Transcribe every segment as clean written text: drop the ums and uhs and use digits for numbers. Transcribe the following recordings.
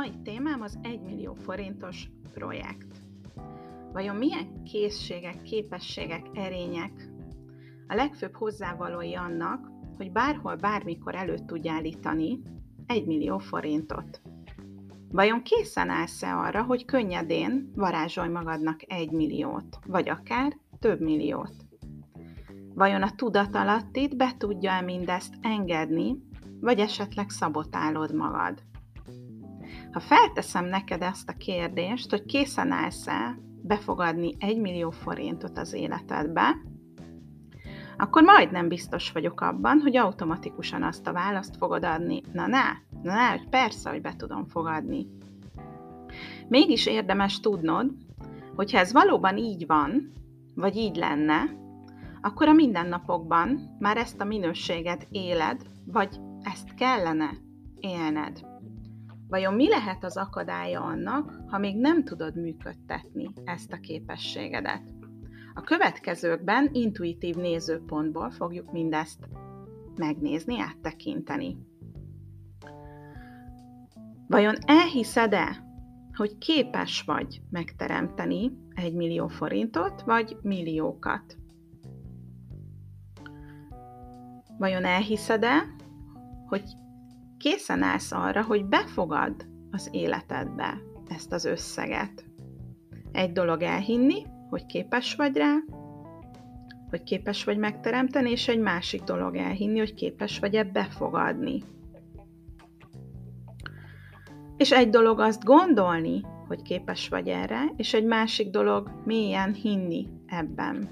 mai témám az 1 millió forintos projekt. Vajon milyen készségek, képességek, erények a legfőbb hozzávalói annak, hogy bárhol, bármikor elő tudj állítani 1 millió forintot? Vajon készen állsz-e arra, hogy könnyedén varázsolj magadnak 1 milliót, vagy akár több milliót? Vajon a tudatalattit be tudja-e mindezt engedni, vagy esetleg szabotálod magad? Ha felteszem neked ezt a kérdést, hogy készen állsz-e befogadni 1 millió forintot az életedbe, akkor majdnem biztos vagyok abban, hogy automatikusan azt a választ fogod adni. Hogy persze, hogy be tudom fogadni. Mégis érdemes tudnod, hogyha ez valóban így van, vagy így lenne, akkor a mindennapokban már ezt a minőséget éled, vagy ezt kellene élned. Vajon mi lehet az akadálya annak, ha még nem tudod működtetni ezt a képességedet? A következőkben intuitív nézőpontból fogjuk mindezt megnézni, áttekinteni. Vajon elhiszed-e, hogy képes vagy megteremteni 1 millió forintot, vagy milliókat? Vajon elhiszed-e, hogy készen állsz arra, hogy befogadd az életedbe ezt az összeget? Egy dolog elhinni, hogy képes vagy rá, hogy képes vagy megteremteni, és egy másik dolog elhinni, hogy képes vagy-e befogadni. És egy dolog azt gondolni, hogy képes vagy erre, és egy másik dolog mélyen hinni ebben.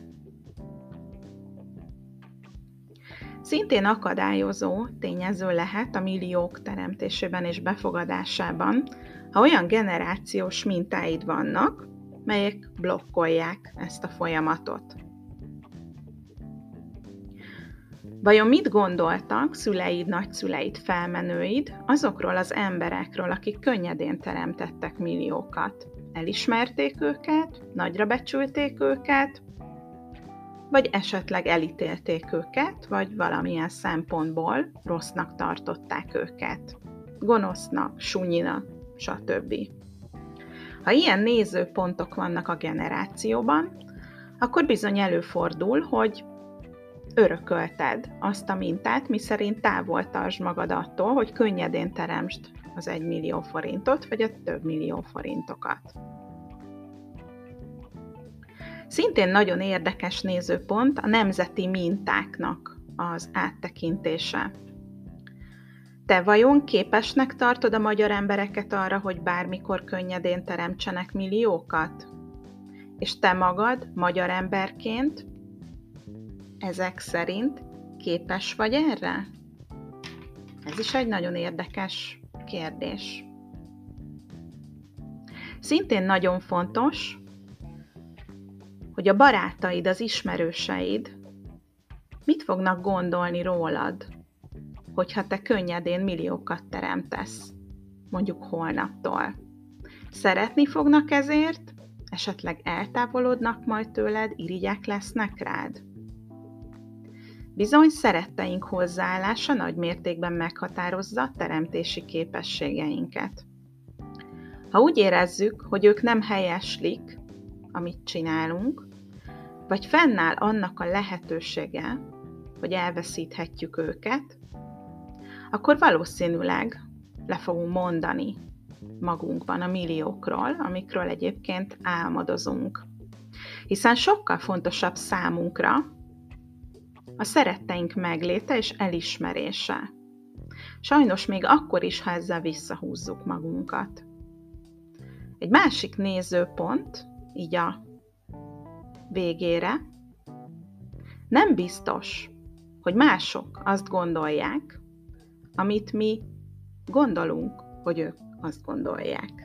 Szintén akadályozó tényező lehet a milliók teremtésében és befogadásában, ha olyan generációs mintáid vannak, melyek blokkolják ezt a folyamatot. Vajon mit gondoltak szüleid, nagyszüleid, felmenőid azokról az emberekről, akik könnyedén teremtettek milliókat? Elismerték őket, nagyra becsülték őket, vagy esetleg elítélték őket, vagy valamilyen szempontból rossznak tartották őket. Gonosznak, sunyinak, stb. Ha ilyen nézőpontok vannak a generációban, akkor bizony előfordul, hogy örökölted azt a mintát, miszerint távol tartsd magad attól, hogy könnyedén teremtsd az 1 millió forintot, vagy a több millió forintokat. Szintén nagyon érdekes nézőpont a nemzeti mintáknak az áttekintése. Te vajon képesnek tartod a magyar embereket arra, hogy bármikor könnyedén teremtsenek milliókat? És te magad, magyar emberként, ezek szerint képes vagy erre? Ez is egy nagyon érdekes kérdés. Szintén nagyon fontos, hogy a barátaid, az ismerőseid mit fognak gondolni rólad, hogyha te könnyedén milliókat teremtesz, mondjuk holnaptól. Szeretni fognak ezért, esetleg eltávolodnak majd tőled, irigyek lesznek rád. Bizony szeretteink hozzáállása nagy mértékben meghatározza teremtési képességeinket. Ha úgy érezzük, hogy ők nem helyeslik, amit csinálunk, vagy fennáll annak a lehetősége, hogy elveszíthetjük őket, akkor valószínűleg le fogunk mondani magunkban a milliókról, amikről egyébként álmodozunk. Hiszen sokkal fontosabb számunkra a szeretteink megléte és elismerése. Sajnos még akkor is, ha ezzel visszahúzzuk magunkat. Egy másik nézőpont, így a végére, nem biztos, hogy mások azt gondolják, amit mi gondolunk, hogy ők azt gondolják.